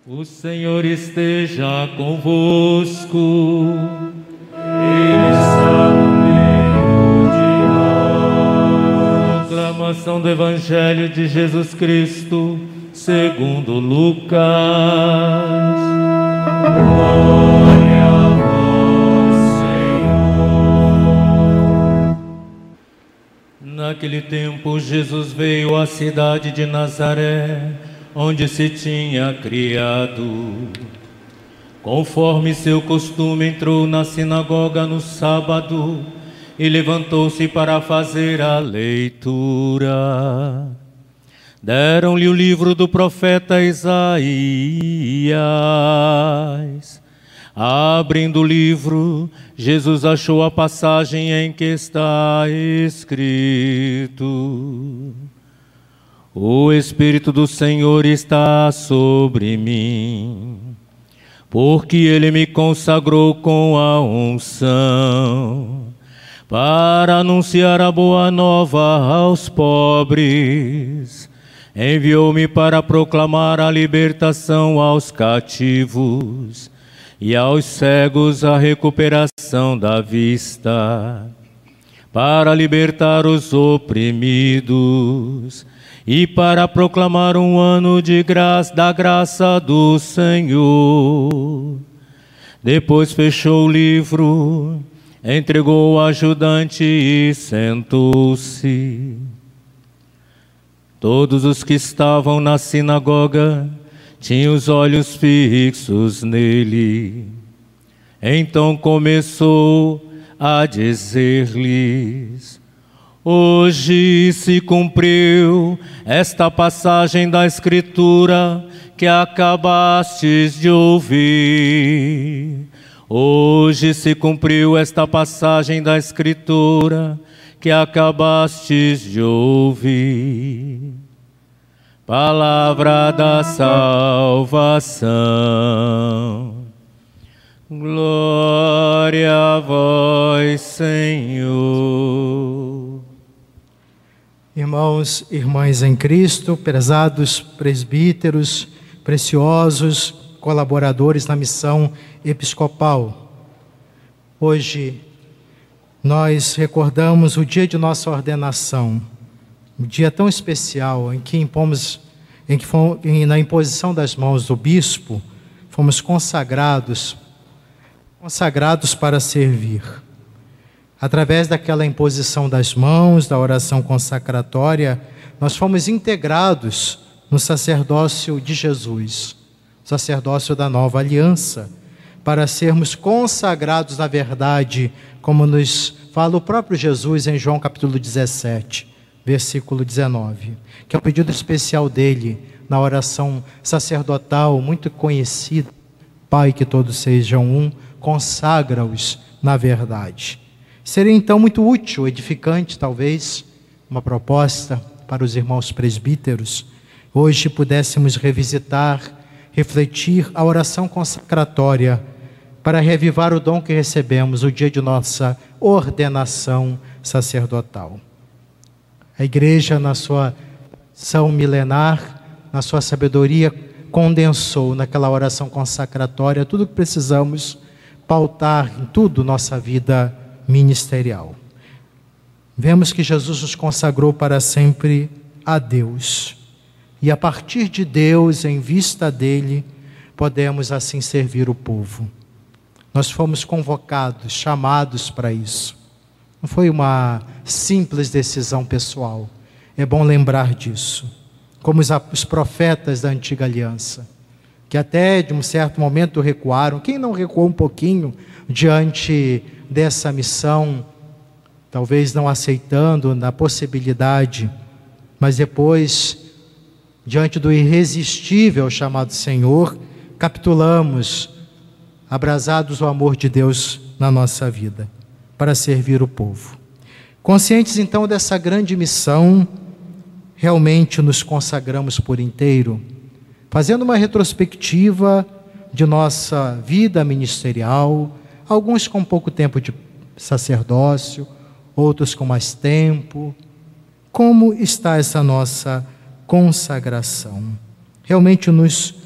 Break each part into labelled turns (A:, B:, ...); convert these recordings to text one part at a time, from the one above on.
A: O Senhor esteja convosco.
B: Ele está no meio de nós.
A: Proclamação do Evangelho de Jesus Cristo, segundo Lucas.
B: Glória a vós, Senhor.
A: Naquele tempo, Jesus veio à cidade de Nazaré, onde se tinha criado. Conforme seu costume, entrou na sinagoga no sábado e levantou-se para fazer a leitura. Deram-lhe o livro do profeta Isaías. Abrindo o livro, Jesus achou a passagem em que está escrito: O Espírito do Senhor está sobre mim, porque Ele me consagrou com a unção, para anunciar a boa nova aos pobres. Enviou-me para proclamar a libertação aos cativos e aos cegos a recuperação da vista, para libertar os oprimidos e para proclamar um ano de da graça do Senhor. Depois fechou o livro, entregou o ajudante e sentou-se. Todos os que estavam na sinagoga tinham os olhos fixos nele. Então começou a dizer-lhes: Hoje se cumpriu esta passagem da Escritura que acabastes de ouvir. Hoje se cumpriu esta passagem da Escritura que acabastes de ouvir. Palavra da salvação. Glória a vós, Senhor.
C: Irmãos e irmãs em Cristo, prezados presbíteros, preciosos colaboradores na missão episcopal, hoje nós recordamos o dia de nossa ordenação, um dia tão especial em que na imposição das mãos do bispo, fomos consagrados para servir. Através daquela imposição das mãos, da oração consacratória, nós fomos integrados no sacerdócio de Jesus, sacerdócio da nova aliança, para sermos consagrados na verdade, como nos fala o próprio Jesus em João capítulo 17, versículo 19, que é um pedido especial dele na oração sacerdotal muito conhecida: Pai, que todos sejam um, consagra-os na verdade. Seria então muito útil, edificante talvez, uma proposta para os irmãos presbíteros, hoje pudéssemos revisitar, refletir a oração consacratória para reavivar o dom que recebemos o dia de nossa ordenação sacerdotal. A Igreja, na sua ação milenar, na sua sabedoria, condensou naquela oração consacratória tudo o que precisamos pautar em tudo nossa vida ministerial. Vemos que Jesus nos consagrou para sempre a Deus. E a partir de Deus, em vista dele, podemos assim servir o povo. Nós fomos convocados, chamados para isso. Não foi uma simples decisão pessoal. É bom lembrar disso. Como os profetas da antiga aliança, que até de um certo momento recuaram. Quem não recuou um pouquinho diante dessa missão, talvez não aceitando na possibilidade, mas depois, diante do irresistível chamado Senhor, capitulamos, abrasados ao amor de Deus na nossa vida, para servir o povo. Conscientes então dessa grande missão, realmente nos consagramos por inteiro, fazendo uma retrospectiva de nossa vida ministerial, alguns com pouco tempo de sacerdócio, outros com mais tempo. Como está essa nossa consagração? Realmente nos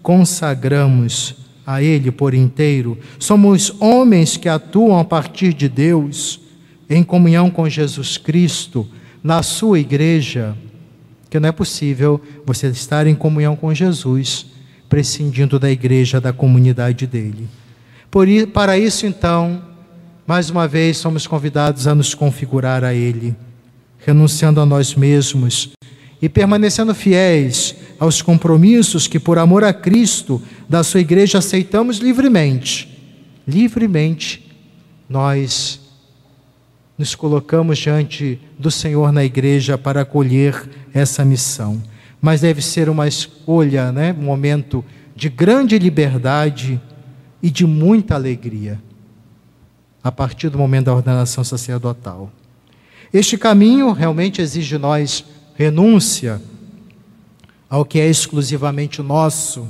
C: consagramos a Ele por inteiro. Somos homens que atuam a partir de Deus, em comunhão com Jesus Cristo, na sua igreja, que não é possível você estar em comunhão com Jesus, prescindindo da igreja, da comunidade dele. Para isso, então, mais uma vez, somos convidados a nos configurar a Ele, renunciando a nós mesmos e permanecendo fiéis aos compromissos que, por amor a Cristo, da sua igreja, aceitamos livremente. Livremente, nós nos colocamos diante do Senhor na igreja para acolher essa missão. Mas deve ser uma escolha, um momento de grande liberdade e de muita alegria, a partir do momento da ordenação sacerdotal. Este caminho realmente exige de nós renúncia ao que é exclusivamente nosso,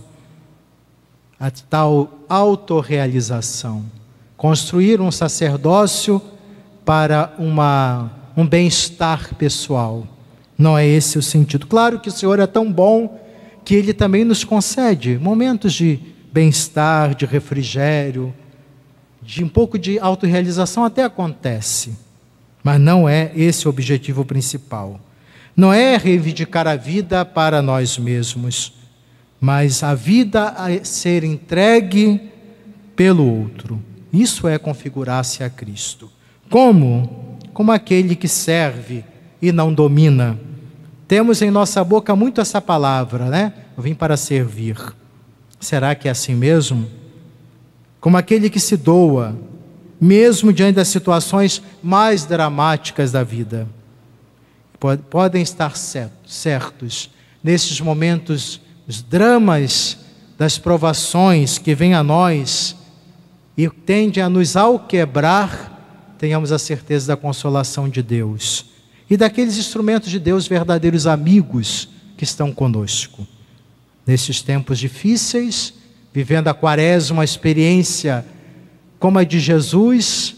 C: a tal autorrealização. Construir um sacerdócio para um bem-estar pessoal. Não é esse o sentido. Claro que o Senhor é tão bom que Ele também nos concede momentos de bem-estar, de refrigério, de um pouco de autorrealização até acontece. Mas não é esse o objetivo principal. Não é reivindicar a vida para nós mesmos, mas a vida a ser entregue pelo outro. Isso é configurar-se a Cristo. Como? Como aquele que serve e não domina. Temos em nossa boca muito essa palavra, Eu vim para servir. Será que é assim mesmo? Como aquele que se doa, mesmo diante das situações mais dramáticas da vida. Podem estar certos, nesses momentos, os dramas das provações que vêm a nós e tendem a nos alquebrar, tenhamos a certeza da consolação de Deus e daqueles instrumentos de Deus, verdadeiros amigos que estão conosco. Nesses tempos difíceis, vivendo a quaresma, uma experiência como a de Jesus,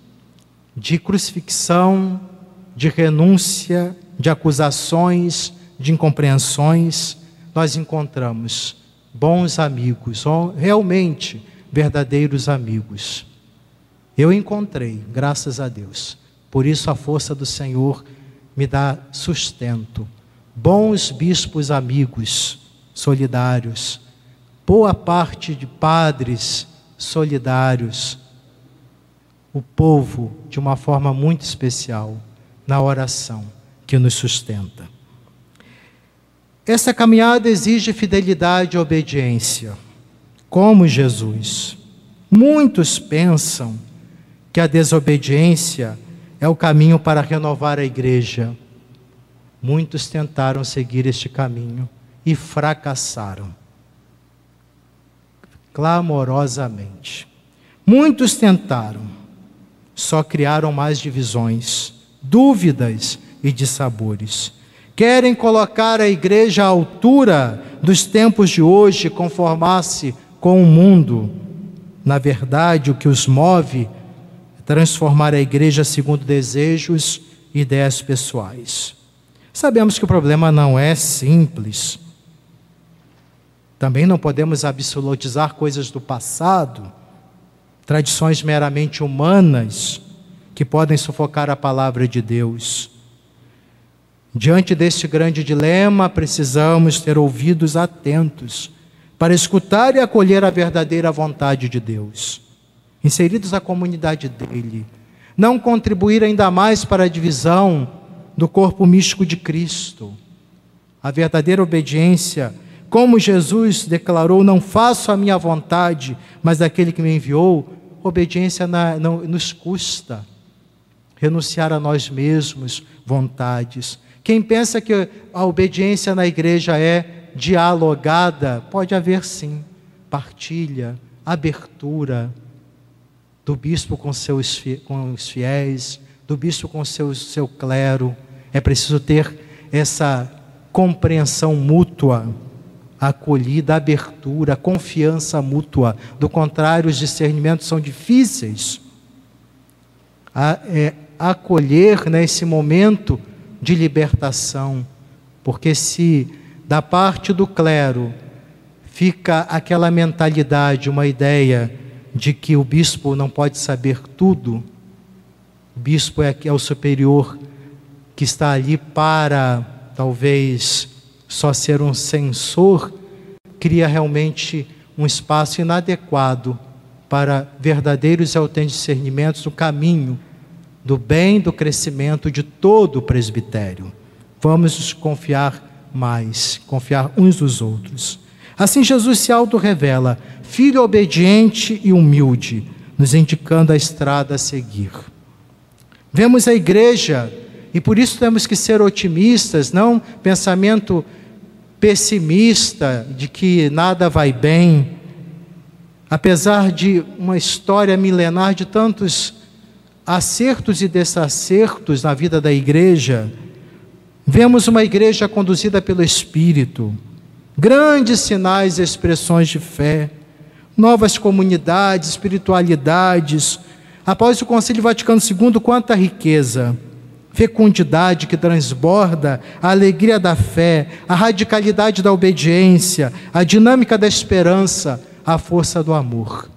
C: de crucifixão, de renúncia, de acusações, de incompreensões, nós encontramos bons amigos, realmente verdadeiros amigos. Eu encontrei, graças a Deus. Por isso a força do Senhor me dá sustento. Bons bispos amigos, solidários. Boa parte de padres solidários. O povo, de uma forma muito especial, na oração que nos sustenta. Essa caminhada exige fidelidade e obediência, como Jesus. Muitos pensam que a desobediência é o caminho para renovar a igreja. Muitos tentaram seguir este caminho e fracassaram clamorosamente. Muitos tentaram, só criaram mais divisões, dúvidas e dissabores. Querem colocar a igreja à altura dos tempos de hoje, conformar-se com o mundo. Na verdade, o que os move é transformar a igreja segundo desejos e ideias pessoais. Sabemos que o problema não é simples. Também não podemos absolutizar coisas do passado, tradições meramente humanas que podem sufocar a palavra de Deus. Diante deste grande dilema, precisamos ter ouvidos atentos para escutar e acolher a verdadeira vontade de Deus, inseridos na comunidade dele, não contribuir ainda mais para a divisão do corpo místico de Cristo. A verdadeira obediência, como Jesus declarou, não faço a minha vontade, mas daquele que me enviou, obediência nos custa renunciar a nós mesmos, vontades. Quem pensa que a obediência na igreja é dialogada, pode haver sim, partilha, abertura do bispo com os fiéis, do bispo com seu clero. É preciso ter essa compreensão mútua, acolhida, abertura, confiança mútua. Do contrário, os discernimentos são difíceis. Acolher nesse momento de libertação, porque se da parte do clero fica aquela mentalidade, uma ideia de que o bispo não pode saber tudo. O bispo é o superior que está ali para, talvez, só ser um censor, cria realmente um espaço inadequado para verdadeiros e autênticos discernimentos do caminho do bem, do crescimento de todo o presbitério. Vamos nos confiar mais, confiar uns dos outros. Assim Jesus se auto-revela, filho obediente e humilde, nos indicando a estrada a seguir. Vemos a igreja, e por isso temos que ser otimistas, não pensamento pessimista de que nada vai bem. Apesar de uma história milenar de tantos acertos e desacertos na vida da igreja, vemos uma igreja conduzida pelo Espírito, grandes sinais e expressões de fé, novas comunidades, espiritualidades. Após o Concílio Vaticano II, quanta riqueza, fecundidade que transborda, a alegria da fé, a radicalidade da obediência, a dinâmica da esperança, a força do amor.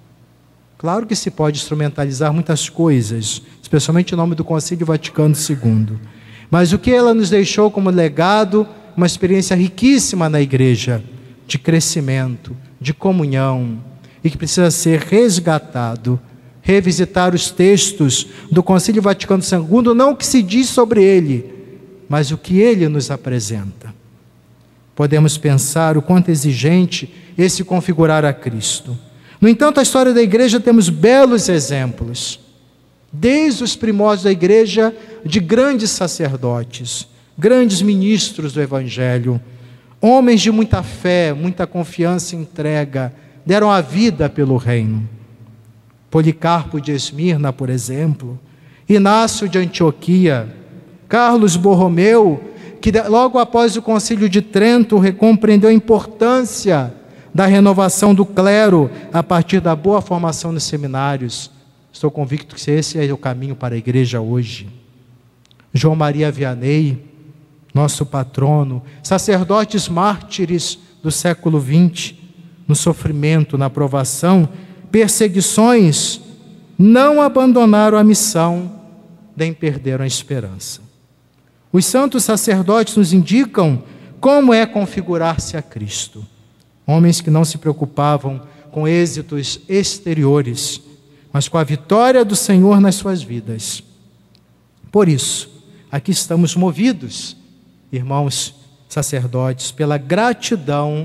C: Claro que se pode instrumentalizar muitas coisas, especialmente em nome do Concílio Vaticano II. Mas o que ela nos deixou como legado, uma experiência riquíssima na igreja, de crescimento, de comunhão, e que precisa ser resgatado. Revisitar os textos do Concílio Vaticano II, não o que se diz sobre ele, mas o que ele nos apresenta. Podemos pensar o quanto exigente esse configurar a Cristo. No entanto, a história da igreja temos belos exemplos, desde os primórdios da igreja, de grandes sacerdotes, grandes ministros do Evangelho, homens de muita fé, muita confiança e entrega, deram a vida pelo reino. Policarpo de Esmirna, por exemplo, Inácio de Antioquia, Carlos Borromeu, que logo após o Concílio de Trento compreendeu a importância da renovação do clero a partir da boa formação nos seminários. Estou convicto que esse é o caminho para a igreja hoje. João Maria Vianney, nosso patrono, sacerdotes mártires do século XX, no sofrimento, na provação, perseguições, não abandonaram a missão, nem perderam a esperança. Os santos sacerdotes nos indicam como é configurar-se a Cristo. Homens que não se preocupavam com êxitos exteriores, mas com a vitória do Senhor nas suas vidas. Por isso, aqui estamos movidos, irmãos sacerdotes, pela gratidão,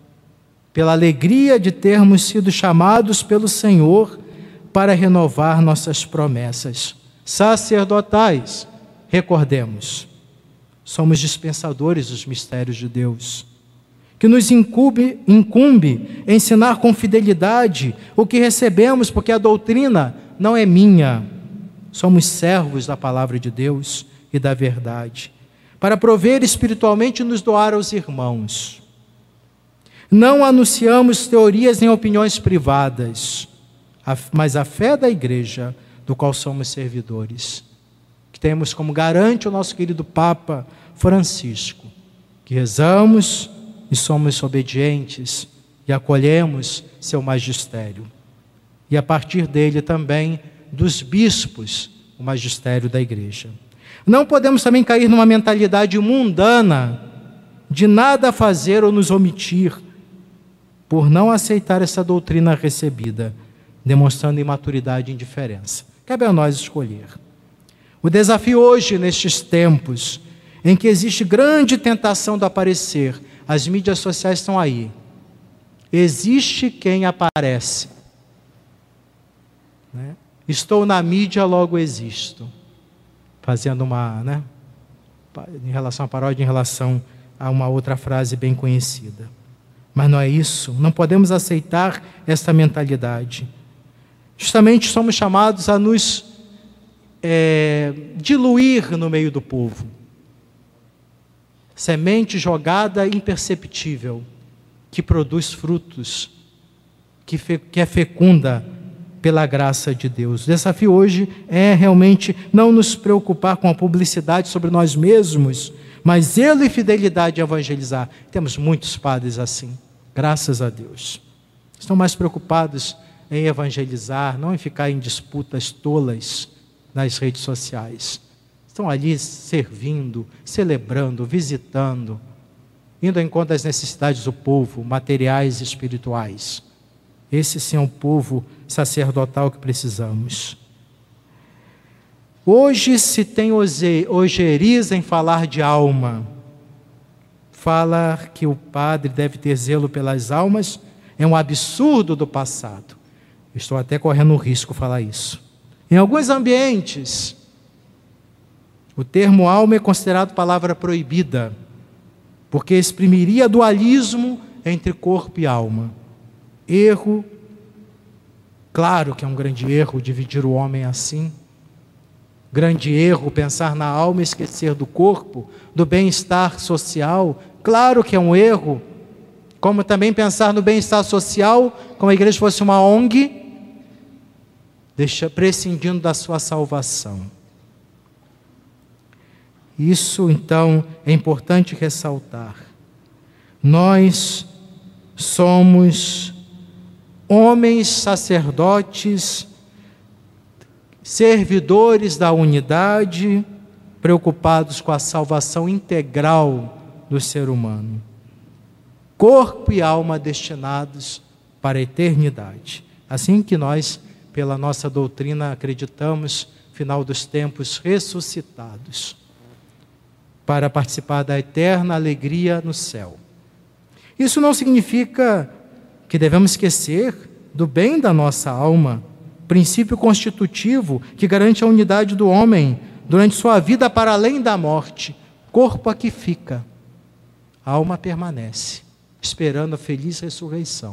C: pela alegria de termos sido chamados pelo Senhor para renovar nossas promessas sacerdotais. Recordemos, somos dispensadores dos mistérios de Deus, que nos incumbe ensinar com fidelidade o que recebemos, porque a doutrina não é minha. Somos servos da palavra de Deus e da verdade, para prover espiritualmente e nos doar aos irmãos. Não anunciamos teorias nem opiniões privadas, mas a fé da igreja, do qual somos servidores, que temos como garante o nosso querido Papa Francisco, que rezamos e somos obedientes e acolhemos seu magistério. E a partir dele também dos bispos, o magistério da igreja. Não podemos também cair numa mentalidade mundana de nada fazer ou nos omitir, por não aceitar essa doutrina recebida, demonstrando imaturidade e indiferença. Cabe a nós escolher. O desafio hoje, nestes tempos, em que existe grande tentação do aparecer, as mídias sociais estão aí. Existe quem aparece. Né? Estou na mídia, logo existo. Fazendo uma, em relação à paródia, em relação a uma outra frase bem conhecida. Mas não é isso, não podemos aceitar esta mentalidade. Justamente somos chamados a nos diluir no meio do povo. Semente jogada imperceptível, que produz frutos, que é fecunda pela graça de Deus. O desafio hoje é realmente não nos preocupar com a publicidade sobre nós mesmos, mas zelo e fidelidade a evangelizar. Temos muitos padres assim, Graças a Deus. Estão mais preocupados em evangelizar, não em ficar em disputas tolas nas redes sociais. Estão ali servindo, celebrando, visitando, indo ao encontro das necessidades do povo, materiais e espirituais. Esse sim é um povo sacerdotal que precisamos. Hoje se tem ojeriza em falar de alma. Fala que o padre deve ter zelo pelas almas, é um absurdo do passado. Estou até correndo o risco de falar isso. Em alguns ambientes, o termo alma é considerado palavra proibida, porque exprimiria dualismo entre corpo e alma. Erro, claro que é um grande erro dividir o homem assim. Grande erro pensar na alma e esquecer do corpo, do bem-estar social. Claro que é um erro. Como também pensar no bem-estar social, como a igreja fosse uma ONG, prescindindo da sua salvação. Isso, então, é importante ressaltar. Nós somos homens sacerdotes, servidores da unidade, preocupados com a salvação integral do ser humano. Corpo e alma destinados para a eternidade. Assim que nós, pela nossa doutrina, acreditamos, final dos tempos, ressuscitados, para participar da eterna alegria no céu. Isso não significa que devemos esquecer do bem da nossa alma, princípio constitutivo que garante a unidade do homem durante sua vida para além da morte. Corpo aqui fica, a alma permanece, esperando a feliz ressurreição.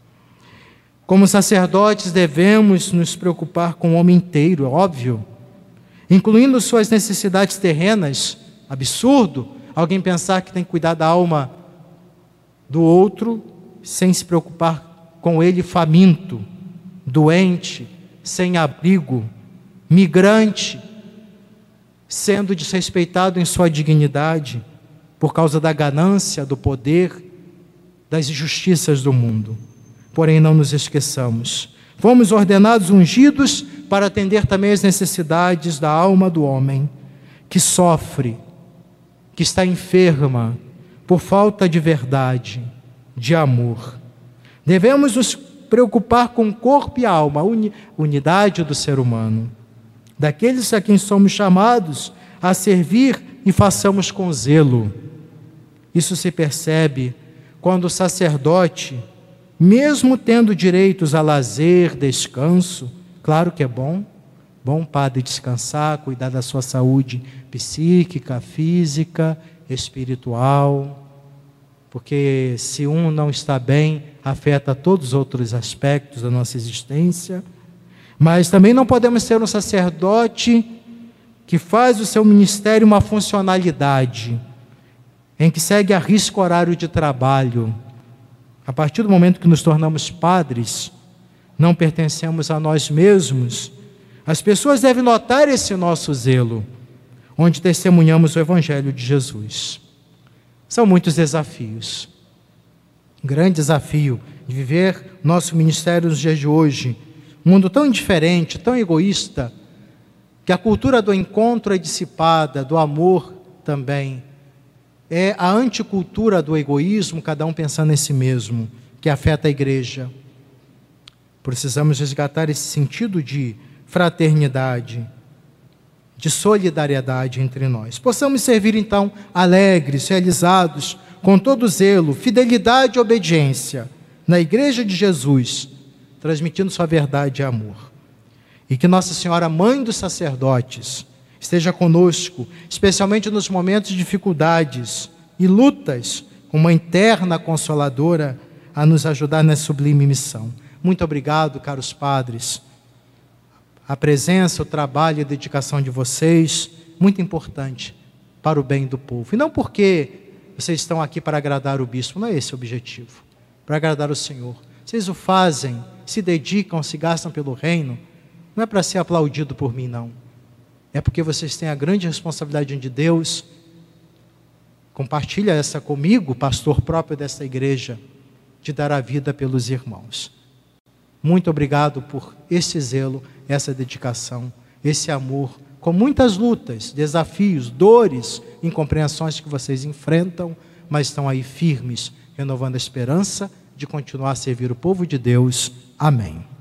C: Como sacerdotes devemos nos preocupar com o homem inteiro, óbvio, incluindo suas necessidades terrenas. Absurdo alguém pensar que tem que cuidar da alma do outro sem se preocupar com ele faminto, doente, sem abrigo, migrante, sendo desrespeitado em sua dignidade por causa da ganância, do poder, das injustiças do mundo. Porém, não nos esqueçamos. Fomos ordenados ungidos para atender também as necessidades da alma do homem, que sofre, que está enferma por falta de verdade, de amor. Devemos nos preocupar com o corpo e a alma, a unidade do ser humano, daqueles a quem somos chamados a servir e façamos com zelo. Isso se percebe quando o sacerdote, mesmo tendo direitos a lazer, descanso, claro que é bom padre descansar, cuidar da sua saúde psíquica, física, espiritual, porque se um não está bem, afeta todos os outros aspectos da nossa existência. Mas também não podemos ser um sacerdote que faz do seu ministério uma funcionalidade, em que segue a risco horário de trabalho. A partir do momento que nos tornamos padres, não pertencemos a nós mesmos. As pessoas devem notar esse nosso zelo, onde testemunhamos o Evangelho de Jesus. São muitos desafios. Um grande desafio de viver nosso ministério nos dias de hoje. Um mundo tão indiferente, tão egoísta, que a cultura do encontro é dissipada, do amor também. É a anticultura do egoísmo, cada um pensando em si mesmo, que afeta a igreja. Precisamos resgatar esse sentido de fraternidade, de solidariedade entre nós. Possamos servir então alegres, realizados, com todo zelo, fidelidade e obediência na Igreja de Jesus, transmitindo sua verdade e amor. E que Nossa Senhora, Mãe dos Sacerdotes, esteja conosco, especialmente nos momentos de dificuldades e lutas, como uma interna consoladora, a nos ajudar nessa sublime missão. Muito obrigado, caros padres. A presença, o trabalho e a dedicação de vocês, muito importante para o bem do povo. E não porque vocês estão aqui para agradar o bispo, não é esse o objetivo, para agradar o Senhor. Vocês o fazem, se dedicam, se gastam pelo reino, não é para ser aplaudido por mim, não. É porque vocês têm a grande responsabilidade diante de Deus. Compartilha essa comigo, pastor próprio dessa igreja, de dar a vida pelos irmãos. Muito obrigado por esse zelo, essa dedicação, esse amor, com muitas lutas, desafios, dores, incompreensões que vocês enfrentam, mas estão aí firmes, renovando a esperança de continuar a servir o povo de Deus. Amém.